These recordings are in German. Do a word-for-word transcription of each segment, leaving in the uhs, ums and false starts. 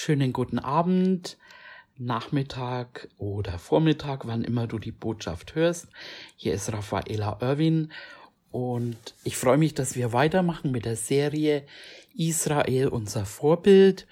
Schönen guten Abend, Nachmittag oder Vormittag, wann immer du die Botschaft hörst. Hier ist Raffaela Irwin und ich freue mich, dass wir weitermachen mit der Serie Israel, unser Vorbild.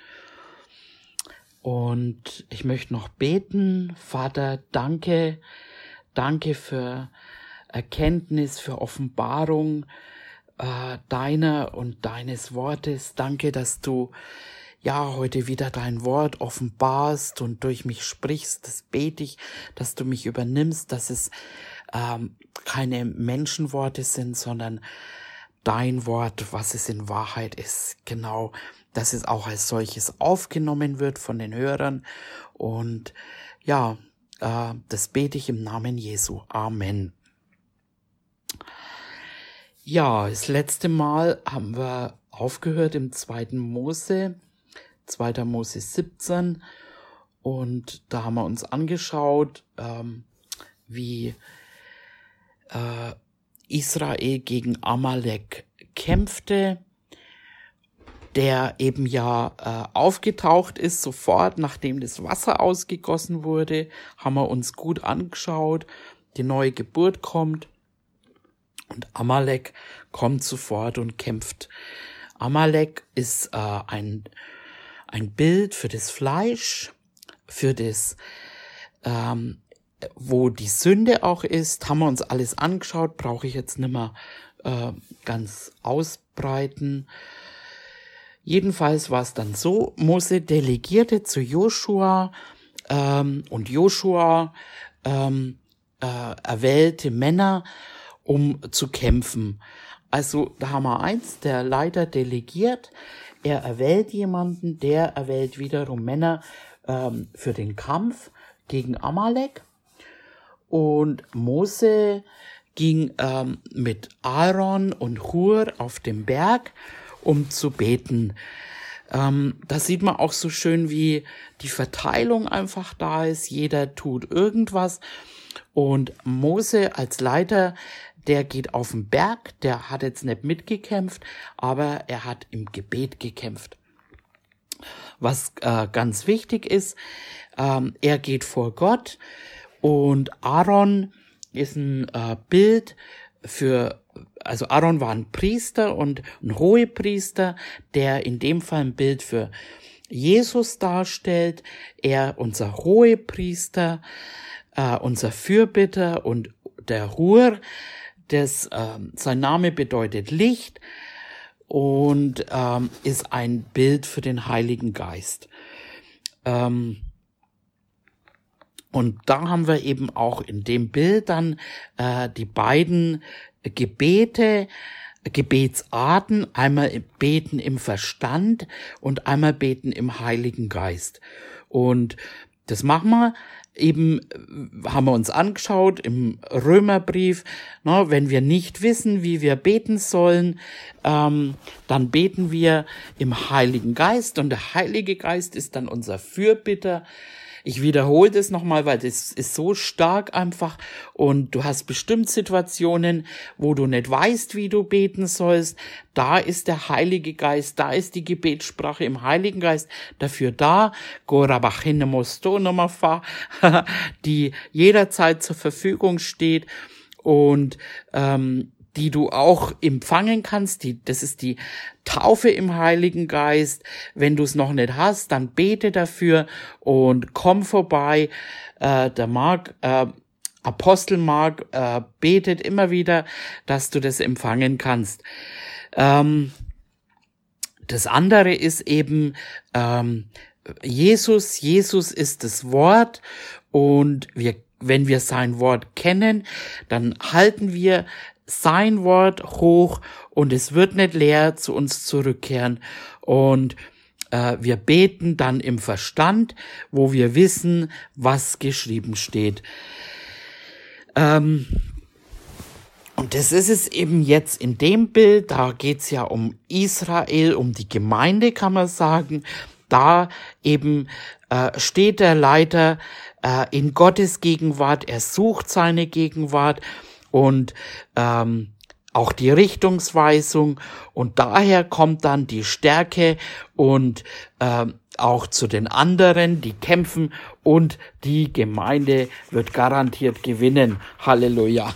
Und ich möchte noch beten. Vater, danke, danke für Erkenntnis, für Offenbarung äh, deiner und deines Wortes. Danke, dass du ja heute wieder dein Wort offenbarst und durch mich sprichst. Das bete ich, dass du mich übernimmst, dass es ähm, keine Menschenworte sind, sondern dein Wort, was es in Wahrheit ist. Genau, dass es auch als solches aufgenommen wird von den Hörern. Und ja, äh, das bete ich im Namen Jesu. Amen. Ja, das letzte Mal haben wir aufgehört im zweiten Mose, zweiter Mose siebzehn, und da haben wir uns angeschaut, ähm, wie äh, Israel gegen Amalek kämpfte, der eben ja äh, aufgetaucht ist, sofort nachdem das Wasser ausgegossen wurde, haben wir uns gut angeschaut, die neue Geburt kommt und Amalek kommt sofort und kämpft. Amalek ist äh, ein ein Bild für das Fleisch, für das, ähm, wo die Sünde auch ist, haben wir uns alles angeschaut, brauche ich jetzt nicht mehr äh, ganz ausbreiten. Jedenfalls war es dann so, Mose delegierte zu Joshua ähm, und Joshua ähm, äh, erwählte Männer, um zu kämpfen. Also da haben wir eins, der Leiter delegiert, er erwählt jemanden, der erwählt wiederum Männer ähm, für den Kampf gegen Amalek. Und Mose ging ähm, mit Aaron und Hur auf den Berg, um zu beten. Ähm, da sieht man auch so schön, wie die Verteilung einfach da ist. Jeder tut irgendwas. Und Mose als Leiter, der geht auf den Berg, der hat jetzt nicht mitgekämpft, aber er hat im Gebet gekämpft. Was äh, ganz wichtig ist, ähm, er geht vor Gott und Aaron ist ein äh, Bild für, also Aaron war ein Priester und ein Hohepriester, der in dem Fall ein Bild für Jesus darstellt. Er, unser Hohepriester, äh, unser Fürbitter, und der Hur, Das, ähm, sein Name bedeutet Licht und ähm, ist ein Bild für den Heiligen Geist. Ähm, und da haben wir eben auch in dem Bild dann äh, die beiden Gebete, Gebetsarten, einmal beten im Verstand und einmal beten im Heiligen Geist. Und das machen wir eben, haben wir uns angeschaut im Römerbrief, ne, wenn wir nicht wissen, wie wir beten sollen, ähm, dann beten wir im Heiligen Geist, und der Heilige Geist ist dann unser Fürbitter. Ich wiederhole das nochmal, weil das ist so stark einfach, und du hast bestimmt Situationen, wo du nicht weißt, wie du beten sollst. Da ist der Heilige Geist, da ist die Gebetssprache im Heiligen Geist dafür da, die jederzeit zur Verfügung steht und ähm, die du auch empfangen kannst. Die, das ist die Taufe im Heiligen Geist. Wenn du es noch nicht hast, dann bete dafür und komm vorbei. Äh, der Mark, äh, Apostel Mark äh, betet immer wieder, dass du das empfangen kannst. Ähm, das andere ist eben ähm, Jesus. Jesus ist das Wort, und wir, wenn wir sein Wort kennen, dann halten wir sein Wort hoch und es wird nicht leer zu uns zurückkehren. Und äh, wir beten dann im Verstand, wo wir wissen, was geschrieben steht. Ähm, und das ist es eben jetzt in dem Bild. Da geht's ja um Israel, um die Gemeinde, kann man sagen. Da eben äh, steht der Leiter äh, in Gottes Gegenwart. Er sucht seine Gegenwart. Und ähm, auch die Richtungsweisung, und daher kommt dann die Stärke und äh, auch zu den anderen, die kämpfen, und die Gemeinde wird garantiert gewinnen. Halleluja.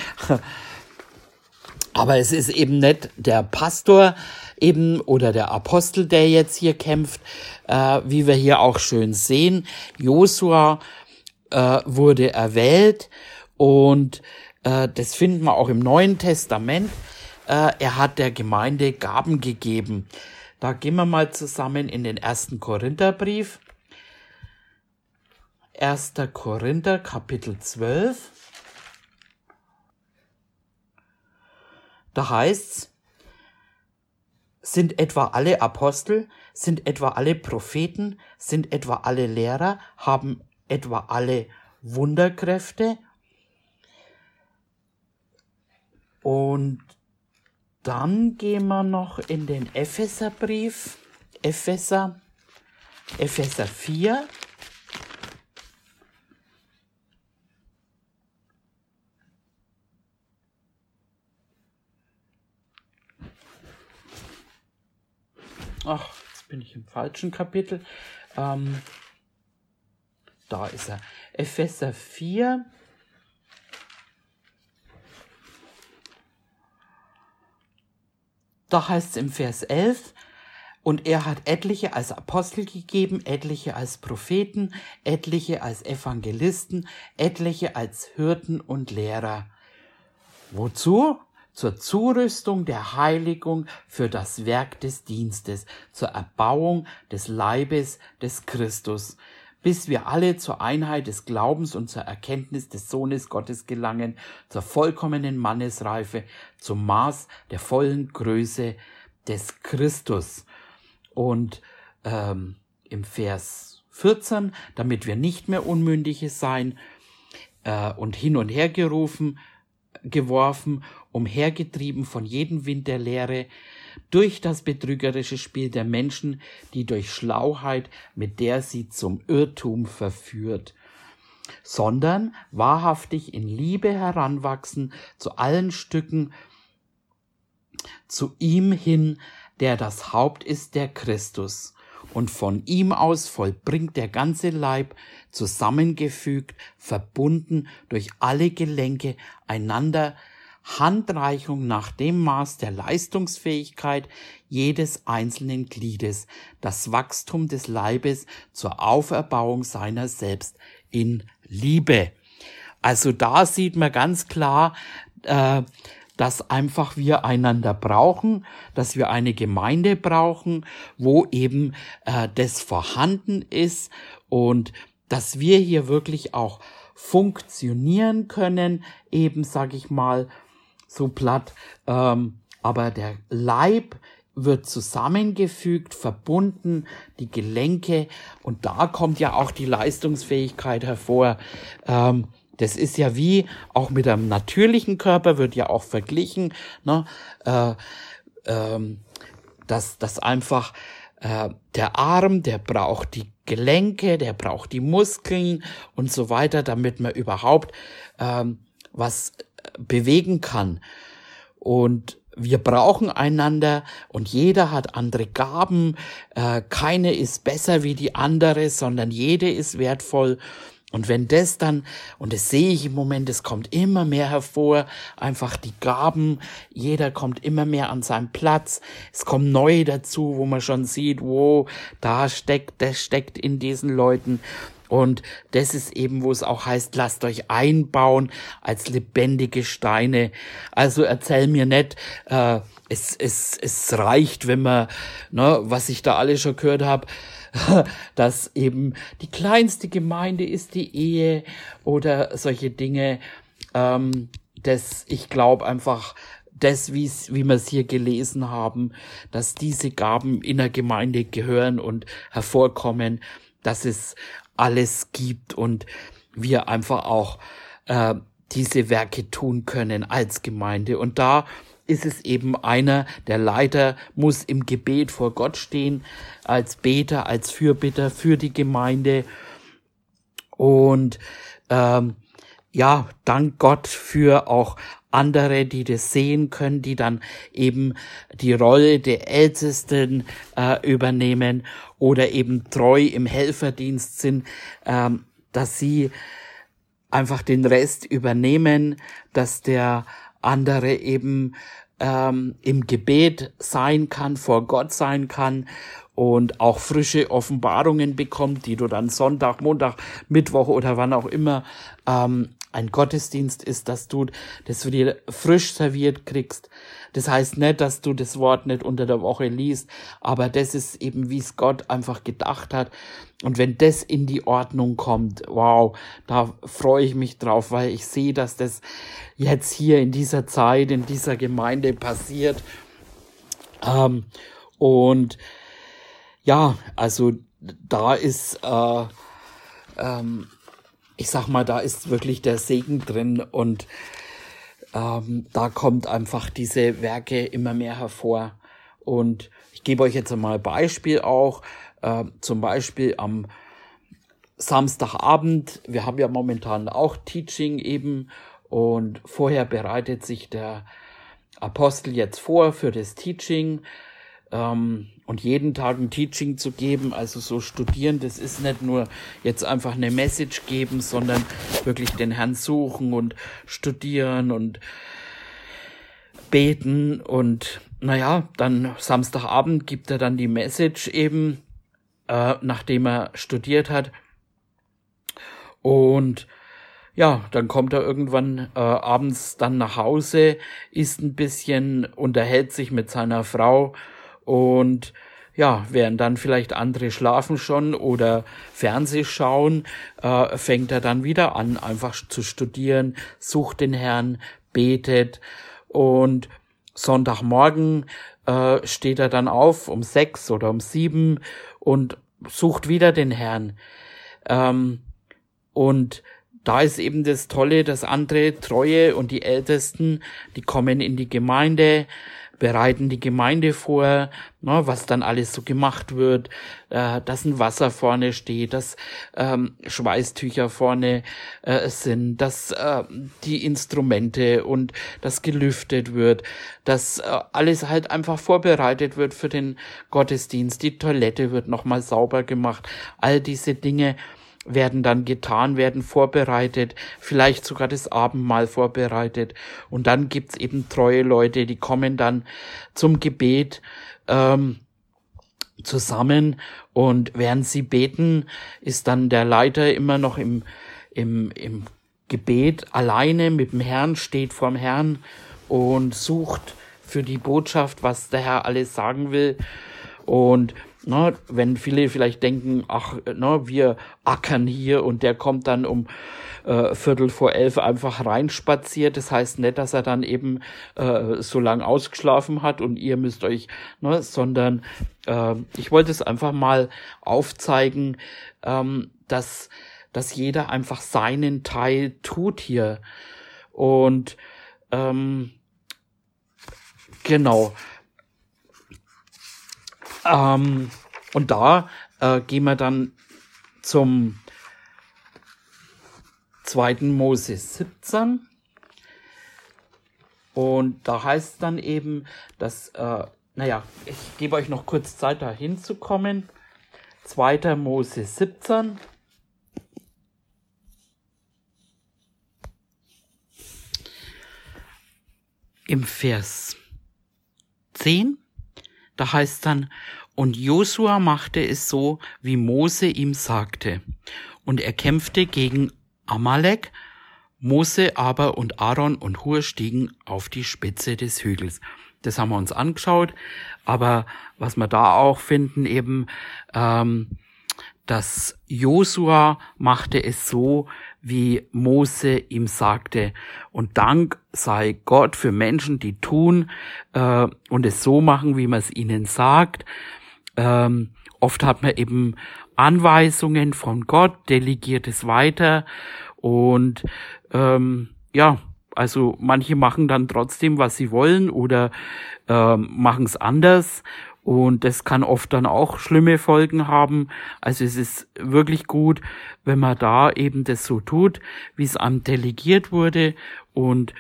Aber es ist eben nicht der Pastor eben oder der Apostel, der jetzt hier kämpft, äh, wie wir hier auch schön sehen. Josua äh, wurde erwählt, und äh, das finden wir auch im Neuen Testament. Äh, er hat der Gemeinde Gaben gegeben. Da gehen wir mal zusammen in den ersten Korintherbrief. erster Korinther, Kapitel zwölf. Da heißt's: Sind etwa alle Apostel, sind etwa alle Propheten, sind etwa alle Lehrer, haben etwa alle Wunderkräfte? Und dann gehen wir noch in den Epheserbrief, Epheser, Epheser vier. Ach, jetzt bin ich im falschen Kapitel. Ähm, da ist er. Epheser vier. Da heißt es im Vers elf: Und er hat etliche als Apostel gegeben, etliche als Propheten, etliche als Evangelisten, etliche als Hirten und Lehrer. Wozu? Zur Zurüstung der Heiligung für das Werk des Dienstes, zur Erbauung des Leibes des Christus, bis wir alle zur Einheit des Glaubens und zur Erkenntnis des Sohnes Gottes gelangen, zur vollkommenen Mannesreife, zum Maß der vollen Größe des Christus. Und ähm, im Vers vierzehn, damit wir nicht mehr Unmündige sein äh, und hin und her gerufen, geworfen, umhergetrieben von jedem Wind der Lehre, durch das betrügerische Spiel der Menschen, die durch Schlauheit, mit der sie zum Irrtum verführt, sondern wahrhaftig in Liebe heranwachsen zu allen Stücken, zu ihm hin, der das Haupt ist, der Christus. Und von ihm aus vollbringt der ganze Leib, zusammengefügt, verbunden durch alle Gelenke, einander Handreichung nach dem Maß der Leistungsfähigkeit jedes einzelnen Gliedes, das Wachstum des Leibes zur Auferbauung seiner selbst in Liebe. Also da sieht man ganz klar, äh, dass einfach wir einander brauchen, dass wir eine Gemeinde brauchen, wo eben äh, das vorhanden ist und dass wir hier wirklich auch funktionieren können, eben, sag ich mal, so platt, ähm, aber der Leib wird zusammengefügt, verbunden, die Gelenke, und da kommt ja auch die Leistungsfähigkeit hervor. Ähm, das ist ja wie, auch mit einem natürlichen Körper wird ja auch verglichen, ne? äh, ähm, dass, dass einfach äh, der Arm, der braucht die Gelenke, der braucht die Muskeln und so weiter, damit man überhaupt ähm, was bewegen kann. Und wir brauchen einander, und jeder hat andere Gaben. Äh, keine ist besser wie die andere, sondern jede ist wertvoll. Und wenn das dann, und das sehe ich im Moment, es kommt immer mehr hervor, einfach die Gaben, jeder kommt immer mehr an seinen Platz, es kommen neue dazu, wo man schon sieht, wow, da steckt, das steckt in diesen Leuten. Und das ist eben, wo es auch heißt, lasst euch einbauen als lebendige Steine. Also erzähl mir nicht, äh, es, es, es reicht, wenn man, ne, was ich da alle schon gehört habe, dass eben die kleinste Gemeinde ist die Ehe oder solche Dinge. Ähm, das, ich glaube einfach, das, wie's, wie wir es hier gelesen haben, dass diese Gaben in der Gemeinde gehören und hervorkommen, dass es alles gibt und wir einfach auch äh, diese Werke tun können als Gemeinde. Und da ist es eben einer, der Leiter muss im Gebet vor Gott stehen, als Beter, als Fürbitter für die Gemeinde. Und ähm, ja, dank Gott für auch andere, die das sehen können, die dann eben die Rolle der Ältesten äh, übernehmen oder eben treu im Helferdienst sind, ähm, dass sie einfach den Rest übernehmen, dass der andere eben ähm, im Gebet sein kann, vor Gott sein kann und auch frische Offenbarungen bekommt, die du dann Sonntag, Montag, Mittwoch oder wann auch immer ähm, ein Gottesdienst ist, dass du das wieder frisch serviert kriegst. Das heißt nicht, dass du das Wort nicht unter der Woche liest, aber das ist eben, wie es Gott einfach gedacht hat. Und wenn das in die Ordnung kommt, wow, da freue ich mich drauf, weil ich sehe, dass das jetzt hier in dieser Zeit, in dieser Gemeinde passiert. Ähm, und ja, also da ist, äh, ähm, ich sag mal, da ist wirklich der Segen drin und ähm, da kommt einfach diese Werke immer mehr hervor. Und ich gebe euch jetzt einmal ein Beispiel auch, äh, zum Beispiel am Samstagabend, wir haben ja momentan auch Teaching eben und vorher bereitet sich der Apostel jetzt vor für das Teaching. Ähm, und jeden Tag ein Teaching zu geben, also so studieren, das ist nicht nur jetzt einfach eine Message geben, sondern wirklich den Herrn suchen und studieren und beten und naja, dann Samstagabend gibt er dann die Message eben, äh, nachdem er studiert hat und ja, dann kommt er irgendwann äh, abends dann nach Hause, isst ein bisschen, unterhält sich mit seiner Frau. Und ja, während dann vielleicht andere schlafen schon oder Fernseh schauen, äh, fängt er dann wieder an, einfach zu studieren, sucht den Herrn, betet und Sonntagmorgen äh, steht er dann auf um sechs oder um sieben und sucht wieder den Herrn. Ähm, und da ist eben das Tolle, dass andere Treue und die Ältesten, die kommen in die Gemeinde, bereiten die Gemeinde vor, ne, was dann alles so gemacht wird, äh, dass ein Wasser vorne steht, dass ähm, Schweißtücher vorne äh, sind, dass äh, die Instrumente und das gelüftet wird, dass äh, alles halt einfach vorbereitet wird für den Gottesdienst, die Toilette wird nochmal sauber gemacht, all diese Dinge werden dann getan, werden vorbereitet, vielleicht sogar das Abendmahl vorbereitet. Und dann gibt's eben treue Leute, die kommen dann zum Gebet ähm, zusammen und während sie beten, ist dann der Leiter immer noch im, im, im Gebet alleine mit dem Herrn, steht vorm Herrn und sucht für die Botschaft, was der Herr alles sagen will. Und na, wenn viele vielleicht denken, ach, na, wir ackern hier und der kommt dann um äh, Viertel vor elf einfach reinspaziert. Das heißt nicht, dass er dann eben äh, so lang ausgeschlafen hat und ihr müsst euch, ne, sondern äh, ich wollte es einfach mal aufzeigen, ähm, dass, dass jeder einfach seinen Teil tut hier. Und ähm, genau. Ähm, und da äh, gehen wir dann zum zweiten Mose siebzehn. Und da heißt es dann eben, dass, äh, naja, ich gebe euch noch kurz Zeit, da hinzukommen. zweiter Mose siebzehn. Im Vers zehn. Da heißt dann, und Josua machte es so, wie Mose ihm sagte. Und er kämpfte gegen Amalek. Mose aber und Aaron und Hur stiegen auf die Spitze des Hügels. Das haben wir uns angeschaut. Aber was wir da auch finden eben, ähm, dass Josua machte es so, wie Mose ihm sagte. Und Dank sei Gott für Menschen, die tun äh, und es so machen, wie man es ihnen sagt. Ähm, oft hat man eben Anweisungen von Gott, delegiert es weiter und ähm, ja, also manche machen dann trotzdem, was sie wollen oder ähm, machen es anders. Und das kann oft dann auch schlimme Folgen haben. Also es ist wirklich gut, wenn man da eben das so tut, wie es einem delegiert wurde. Und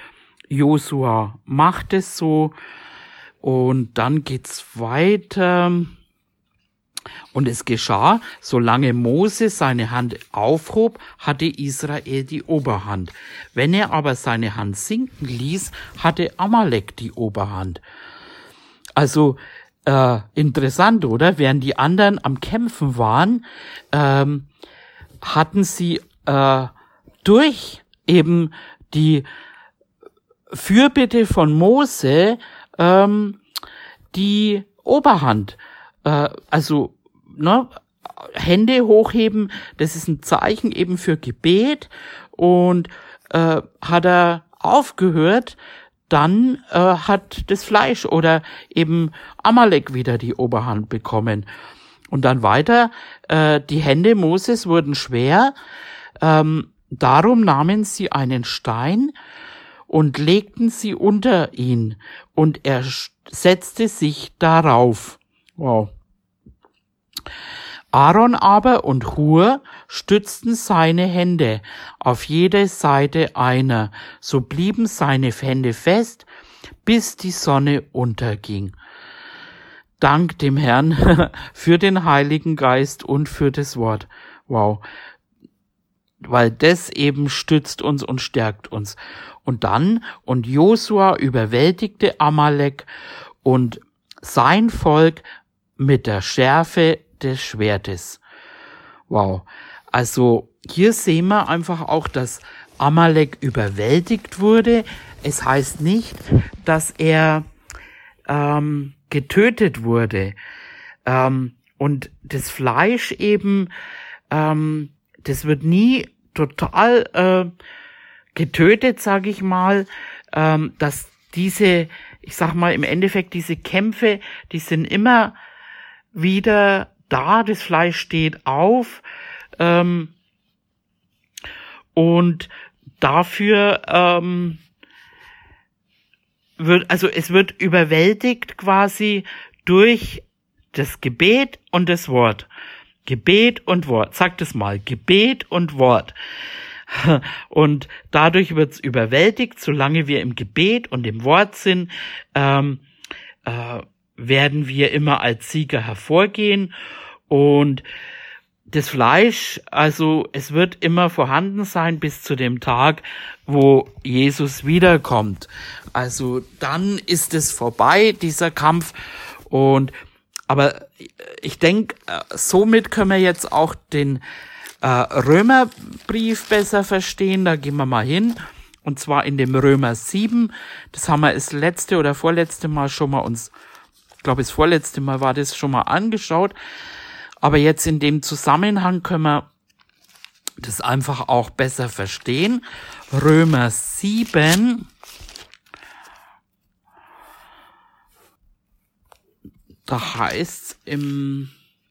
Josua macht es so und dann geht's weiter. Und es geschah, solange Mose seine Hand aufhob, hatte Israel die Oberhand. Wenn er aber seine Hand sinken ließ, hatte Amalek die Oberhand. Also äh, interessant, oder? Während die anderen am Kämpfen waren, ähm, hatten sie äh, durch eben die Fürbitte von Mose ähm, die Oberhand. Äh, also ne, Hände hochheben, das ist ein Zeichen eben für Gebet. Und äh, hat er aufgehört, dann äh, hat das Fleisch oder eben Amalek wieder die Oberhand bekommen. Und dann weiter, äh, die Hände Moses wurden schwer, ähm, darum nahmen sie einen Stein und legten sie unter ihn, und er setzte sich darauf. Wow. Aaron aber und Hur stützten seine Hände auf jede Seite einer, so blieben seine Hände fest, bis die Sonne unterging. Dank dem Herrn für den Heiligen Geist und für das Wort. Wow. Weil das eben stützt uns und stärkt uns. Und dann, und Josua überwältigte Amalek und sein Volk mit der Schärfe des Schwertes. Wow. Also hier sehen wir einfach auch, dass Amalek überwältigt wurde. Es heißt nicht, dass er ähm, getötet wurde. Ähm, und das Fleisch eben, ähm, das wird nie total äh, getötet, sage ich mal, ähm, dass diese, ich sag mal im Endeffekt diese Kämpfe, die sind immer wieder da, das Fleisch steht auf, ähm, und dafür ähm, wird, also es wird überwältigt quasi durch das Gebet und das Wort. Gebet und Wort. Sagt es mal. Gebet und Wort. Und dadurch wird es überwältigt, solange wir im Gebet und im Wort sind, ähm, äh, werden wir immer als Sieger hervorgehen. Und das Fleisch, also es wird immer vorhanden sein bis zu dem Tag, wo Jesus wiederkommt. Also dann ist es vorbei, dieser Kampf. Und aber ich denke, somit können wir jetzt auch den äh, Römerbrief besser verstehen. Da gehen wir mal hin. Und zwar in dem Römer sieben. Das haben wir das letzte oder vorletzte Mal schon mal uns, ich glaube das vorletzte Mal war das schon mal angeschaut. Aber jetzt in dem Zusammenhang können wir das einfach auch besser verstehen. Römer sieben. Da heißt's im,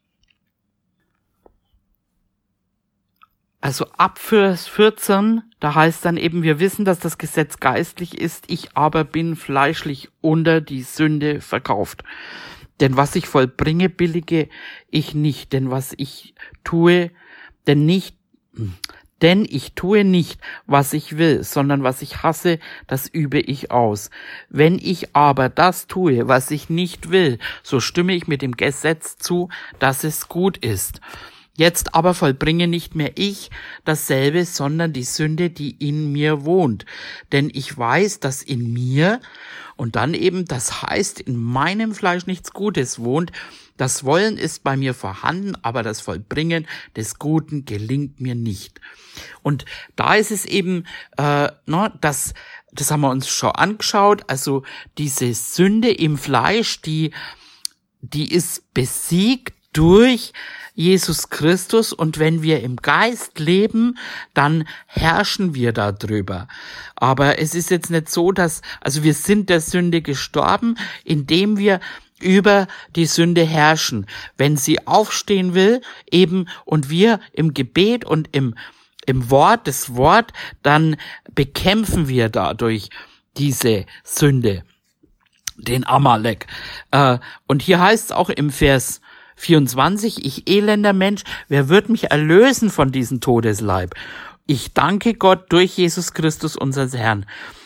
also ab Vers vierzehn, da heißt dann eben, wir wissen, dass das Gesetz geistlich ist, ich aber bin fleischlich unter die Sünde verkauft. Denn was ich vollbringe, billige ich nicht, denn was ich tue, denn nicht, denn ich tue nicht, was ich will, sondern was ich hasse, das übe ich aus. Wenn ich aber das tue, was ich nicht will, so stimme ich mit dem Gesetz zu, dass es gut ist. Jetzt aber vollbringe nicht mehr ich dasselbe, sondern die Sünde, die in mir wohnt. Denn ich weiß, dass in mir, und dann eben, das heißt, in meinem Fleisch nichts Gutes wohnt. Das Wollen ist bei mir vorhanden, aber das Vollbringen des Guten gelingt mir nicht. Und da ist es eben, äh, ne, das, das haben wir uns schon angeschaut, also diese Sünde im Fleisch, die, die ist besiegt durch Jesus Christus, und wenn wir im Geist leben, dann herrschen wir darüber. Aber es ist jetzt nicht so, dass, also wir sind der Sünde gestorben, indem wir über die Sünde herrschen. Wenn sie aufstehen will, eben, und wir im Gebet und im, im Wort, das Wort, dann bekämpfen wir dadurch diese Sünde, den Amalek. Äh, und hier heißt es auch im Vers vierundzwanzig, ich elender Mensch, wer wird mich erlösen von diesem Todesleib? Ich danke Gott durch Jesus Christus, unseren Herrn.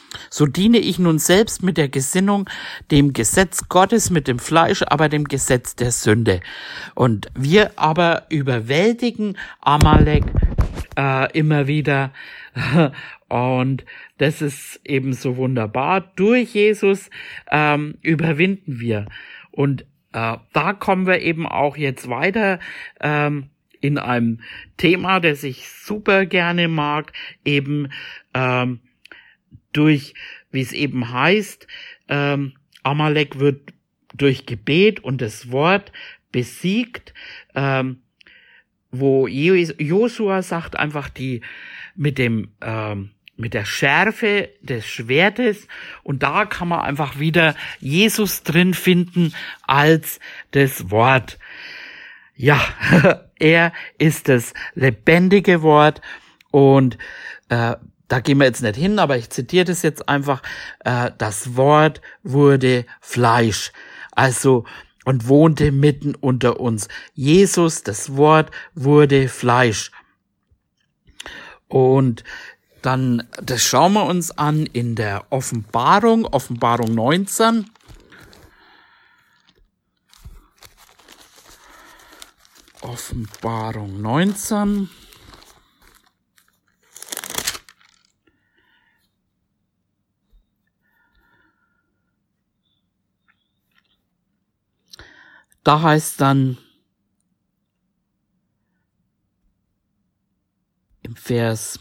So diene ich nun selbst mit der Gesinnung dem Gesetz Gottes, mit dem Fleisch, aber dem Gesetz der Sünde. Und wir aber überwältigen Amalek äh, immer wieder. Und das ist eben so wunderbar. Durch Jesus ähm, überwinden wir. Und äh, da kommen wir eben auch jetzt weiter ähm, in einem Thema, das ich super gerne mag, eben ähm, durch, wie es eben heißt, ähm, Amalek wird durch Gebet und das Wort besiegt, ähm, wo Josua sagt einfach die mit dem ähm, mit der Schärfe des Schwertes, und da kann man einfach wieder Jesus drin finden als das Wort. Ja, er ist das lebendige Wort, und äh, da gehen wir jetzt nicht hin, aber ich zitiere das jetzt einfach. Äh, das Wort wurde Fleisch, also und wohnte mitten unter uns. Jesus, das Wort, wurde Fleisch. Und dann, das schauen wir uns an in der Offenbarung, Offenbarung neunzehn. Offenbarung neunzehn. Da heißt dann im Vers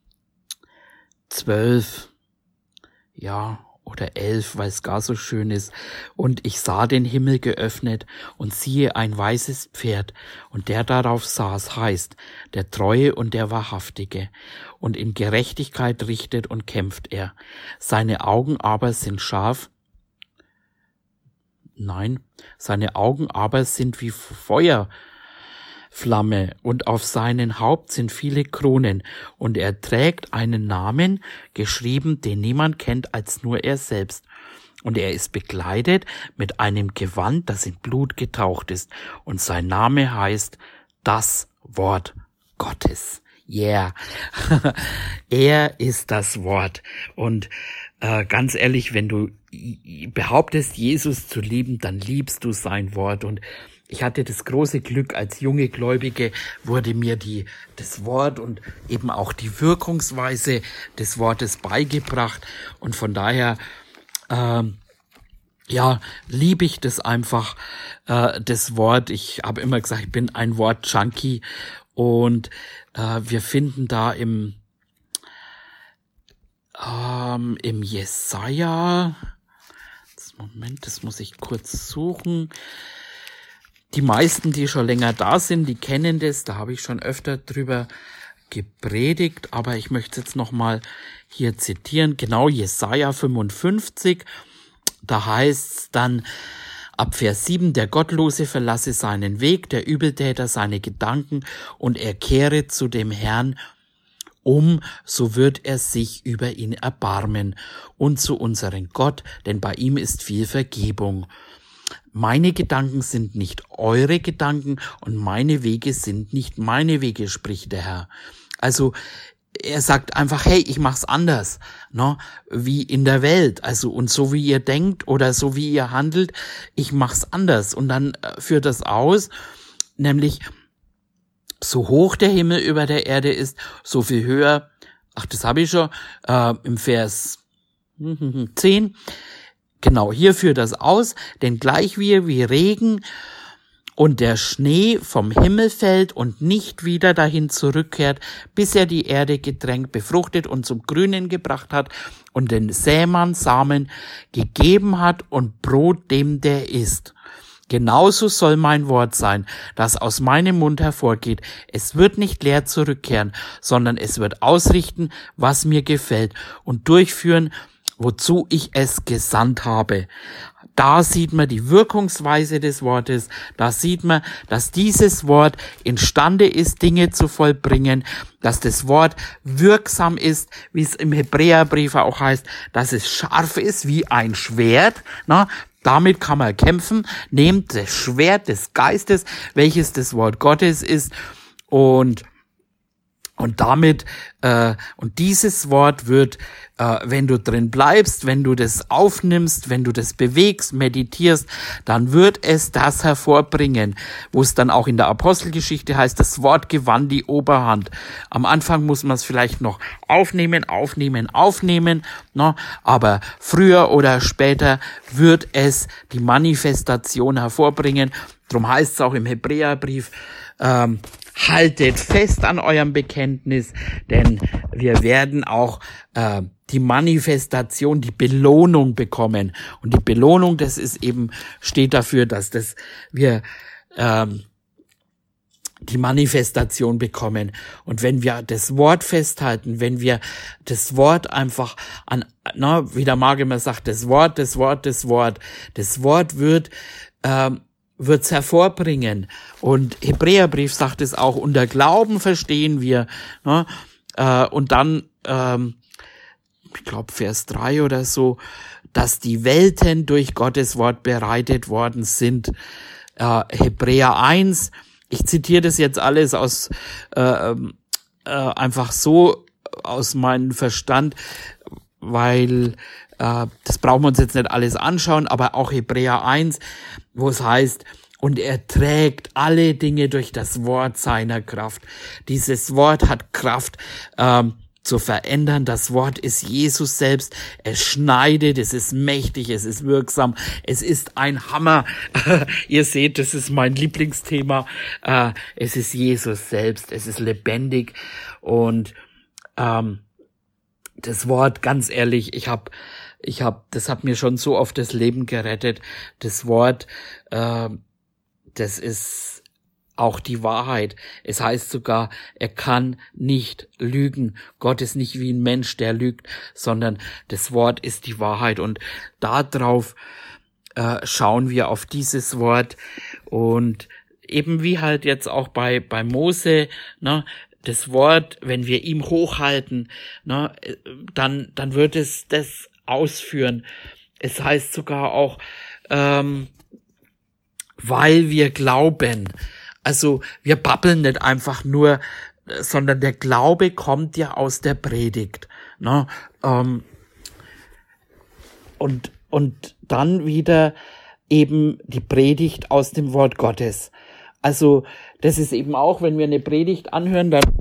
zwölf, ja, oder elf, weil es gar so schön ist. Und ich sah den Himmel geöffnet und siehe ein weißes Pferd, und der darauf saß, heißt der Treue und der Wahrhaftige, und in Gerechtigkeit richtet und kämpft er. Seine Augen aber sind scharf, nein, seine Augen aber sind wie Feuerflamme, und auf seinem Haupt sind viele Kronen, und er trägt einen Namen geschrieben, den niemand kennt als nur er selbst. Und er ist bekleidet mit einem Gewand, das in Blut getaucht ist, und sein Name heißt das Wort Gottes. Yeah. Er ist das Wort. Und äh, ganz ehrlich, wenn du behauptest, Jesus zu lieben, dann liebst du sein Wort. Und ich hatte das große Glück, als junge Gläubige wurde mir die das Wort und eben auch die Wirkungsweise des Wortes beigebracht. Und von daher ähm, ja, liebe ich das einfach, äh, das Wort. Ich habe immer gesagt, ich bin ein Wort-Junkie. Und äh, wir finden da im ähm, im Jesaja, Moment, das muss ich kurz suchen. Die meisten, die schon länger da sind, die kennen das. Da habe ich schon öfter drüber gepredigt, aber ich möchte jetzt nochmal hier zitieren. Genau, Jesaja fünfundfünfzig. Da heißt es dann ab Vers sieben, der Gottlose verlasse seinen Weg, der Übeltäter seine Gedanken, und er kehre zu dem Herrn um, so wird er sich über ihn erbarmen, und zu unserem Gott, denn bei ihm ist viel Vergebung. Meine Gedanken sind nicht eure Gedanken, und meine Wege sind nicht meine Wege, spricht der Herr. Also er sagt einfach, hey, ich mach's anders, ne, wie in der Welt. Also, und so wie ihr denkt oder so wie ihr handelt, ich mach's anders. Und dann führt das aus, nämlich so hoch der Himmel über der Erde ist, so viel höher, ach, das habe ich schon, äh, im Vers zehn, genau, hier führt das aus, denn gleich wie, wie Regen und der Schnee vom Himmel fällt und nicht wieder dahin zurückkehrt, bis er die Erde getränkt, befruchtet und zum Grünen gebracht hat und den Sämann Samen gegeben hat und Brot dem, der isst. Genauso soll mein Wort sein, das aus meinem Mund hervorgeht. Es wird nicht leer zurückkehren, sondern es wird ausrichten, was mir gefällt, und durchführen, wozu ich es gesandt habe. Da sieht man die Wirkungsweise des Wortes. Da sieht man, dass dieses Wort imstande ist, Dinge zu vollbringen, dass das Wort wirksam ist, wie es im Hebräerbrief auch heißt, dass es scharf ist wie ein Schwert. Na, damit kann man kämpfen. Nehmt das Schwert des Geistes, welches das Wort Gottes ist, und Und damit, äh, und dieses Wort wird, äh, wenn du drin bleibst, wenn du das aufnimmst, wenn du das bewegst, meditierst, dann wird es das hervorbringen, wo es dann auch in der Apostelgeschichte heißt, das Wort gewann die Oberhand. Am Anfang muss man es vielleicht noch aufnehmen, aufnehmen, aufnehmen, ne? Aber früher oder später wird es die Manifestation hervorbringen. Darum heißt es auch im Hebräerbrief, ähm, haltet fest an eurem Bekenntnis, denn wir werden auch äh, die Manifestation, die Belohnung bekommen. Und die Belohnung, das ist eben, steht dafür, dass das wir ähm, die Manifestation bekommen. Und wenn wir das Wort festhalten, wenn wir das Wort einfach an, na, wie der Mag immer sagt, das Wort, das Wort, das Wort, das Wort wird ähm, wird's hervorbringen. Und Hebräerbrief sagt es auch, unter Glauben verstehen wir. Ne? Äh, und dann, ähm, ich glaube Vers drei oder so, dass die Welten durch Gottes Wort bereitet worden sind. Äh, Hebräer eins, ich zitiere das jetzt alles aus äh, äh, einfach so aus meinem Verstand, weil äh, das brauchen wir uns jetzt nicht alles anschauen, aber auch Hebräer eins, wo es heißt, und er trägt alle Dinge durch das Wort seiner Kraft. Dieses Wort hat Kraft ähm, zu verändern. Das Wort ist Jesus selbst. Es schneidet, es ist mächtig, es ist wirksam, es ist ein Hammer. Ihr seht, das ist mein Lieblingsthema. Äh, es ist Jesus selbst, es ist lebendig. Und ähm, das Wort, ganz ehrlich, ich habe Ich habe, das hat mir schon so oft das Leben gerettet. Das Wort, äh, das ist auch die Wahrheit. Es heißt sogar, er kann nicht lügen. Gott ist nicht wie ein Mensch, der lügt, sondern das Wort ist die Wahrheit. Und darauf äh, schauen wir, auf dieses Wort. Und eben wie halt jetzt auch bei bei Mose, ne, das Wort, wenn wir ihm hochhalten, ne, dann dann wird es das ausführen. Es heißt sogar auch, ähm, weil wir glauben. Also wir babbeln nicht einfach nur, sondern der Glaube kommt ja aus der Predigt. Ne? Ähm, und, und dann wieder eben die Predigt aus dem Wort Gottes. Also das ist eben auch, wenn wir eine Predigt anhören, dann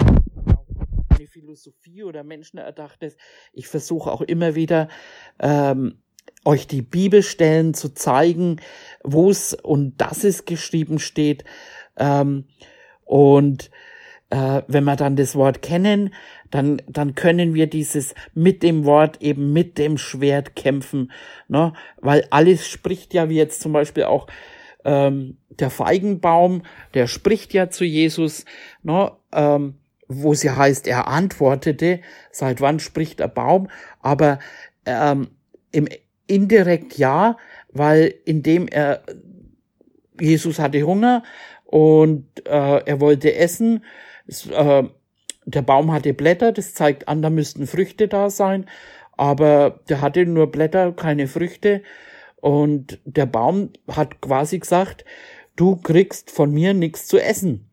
eine Philosophie oder Menschenertachtes. Ich versuche auch immer wieder, ähm, euch die Bibelstellen zu zeigen, wo es und dass es geschrieben steht. Ähm, und äh, wenn wir dann das Wort kennen, dann dann können wir dieses mit dem Wort eben mit dem Schwert kämpfen, ne? Weil alles spricht ja, wie jetzt zum Beispiel auch ähm, der Feigenbaum, der spricht ja zu Jesus, ne? Ähm, wo es ja heißt, er antwortete, seit wann spricht der Baum? Aber ähm, im indirekt ja, weil indem er, Jesus hatte Hunger und äh, er wollte essen, es, äh, der Baum hatte Blätter, das zeigt an, da müssten Früchte da sein, aber der hatte nur Blätter, keine Früchte und der Baum hat quasi gesagt, du kriegst von mir nichts zu essen.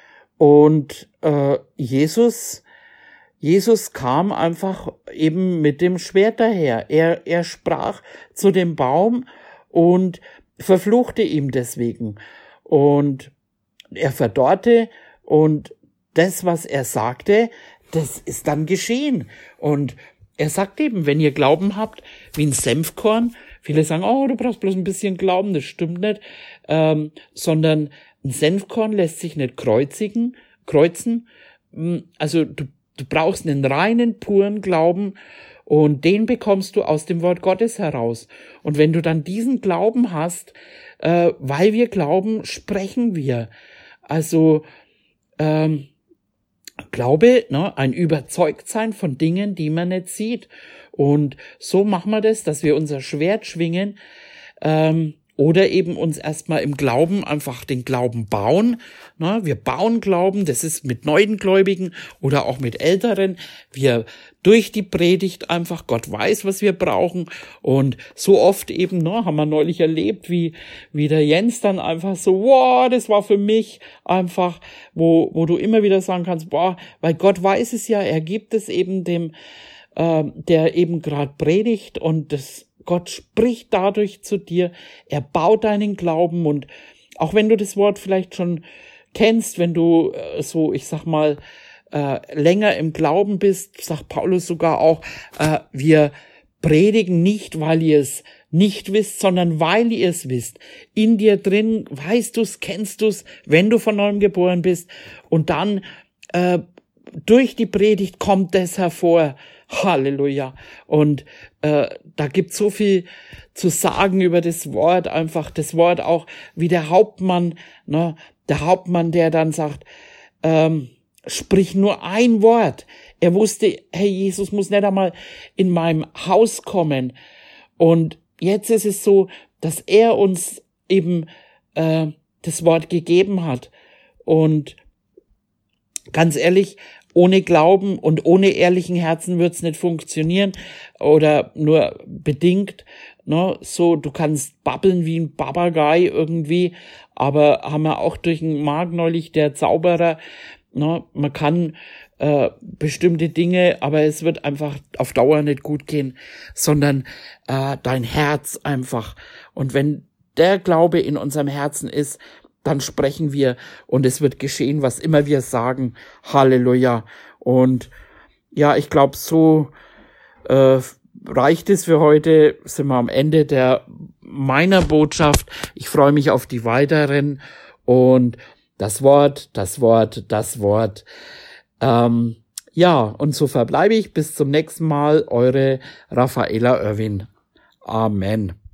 Und äh, Jesus Jesus kam einfach eben mit dem Schwert daher. Er, er sprach zu dem Baum und verfluchte ihm deswegen. Und er verdorrte und das, was er sagte, das ist dann geschehen. Und er sagt eben, wenn ihr Glauben habt, wie ein Senfkorn, viele sagen, oh, du brauchst bloß ein bisschen Glauben, das stimmt nicht, ähm, sondern ein Senfkorn lässt sich nicht kreuzigen, kreuzen, also du Du brauchst einen reinen, puren Glauben und den bekommst du aus dem Wort Gottes heraus. Und wenn du dann diesen Glauben hast, äh, weil wir glauben, sprechen wir. Also ähm, Glaube, ne, ein Überzeugtsein von Dingen, die man nicht sieht. Und so machen wir das, dass wir unser Schwert schwingen ähm, oder eben uns erstmal im Glauben einfach den Glauben bauen. Na, wir bauen Glauben, das ist mit neuen Gläubigen oder auch mit Älteren. Wir durch die Predigt einfach, Gott weiß, was wir brauchen. Und so oft eben, ne, haben wir neulich erlebt, wie, wie der Jens dann einfach so, wow, das war für mich einfach, wo, wo du immer wieder sagen kannst, boah, weil Gott weiß es ja, er gibt es eben dem, äh, der eben gerade predigt, und das Gott spricht dadurch zu dir, er baut deinen Glauben. Und auch wenn du das Wort vielleicht schon kennst, wenn du äh, so, ich sag mal, äh, länger im Glauben bist, sagt Paulus sogar auch, äh, wir predigen nicht, weil ihr es nicht wisst, sondern weil ihr es wisst. In dir drin weißt du es, kennst du es, wenn du von neuem geboren bist. Und dann äh, durch die Predigt kommt das hervor. Halleluja. Und äh, da gibt so viel zu sagen über das Wort, einfach das Wort auch wie der Hauptmann, ne, der Hauptmann, der dann sagt, ähm, sprich nur ein Wort. Er wusste, hey, Jesus muss nicht einmal in meinem Haus kommen. Und jetzt ist es so, dass er uns eben äh, das Wort gegeben hat. Und ganz ehrlich, ohne Glauben und ohne ehrlichen Herzen wird's nicht funktionieren oder nur bedingt. Ne? So, du kannst babbeln wie ein Papagei irgendwie, aber haben wir auch durch den Marc neulich, der Zauberer, ne? Man kann äh, bestimmte Dinge, aber es wird einfach auf Dauer nicht gut gehen, sondern äh, dein Herz einfach. Und wenn der Glaube in unserem Herzen ist, dann sprechen wir und es wird geschehen, was immer wir sagen. Halleluja. Und ja, ich glaube, so äh, reicht es für heute. Sind wir am Ende der meiner Botschaft. Ich freue mich auf die weiteren. Und das Wort, das Wort, das Wort. Ähm, ja, und so verbleibe ich. Bis zum nächsten Mal. Eure Raffaella Irwin. Amen.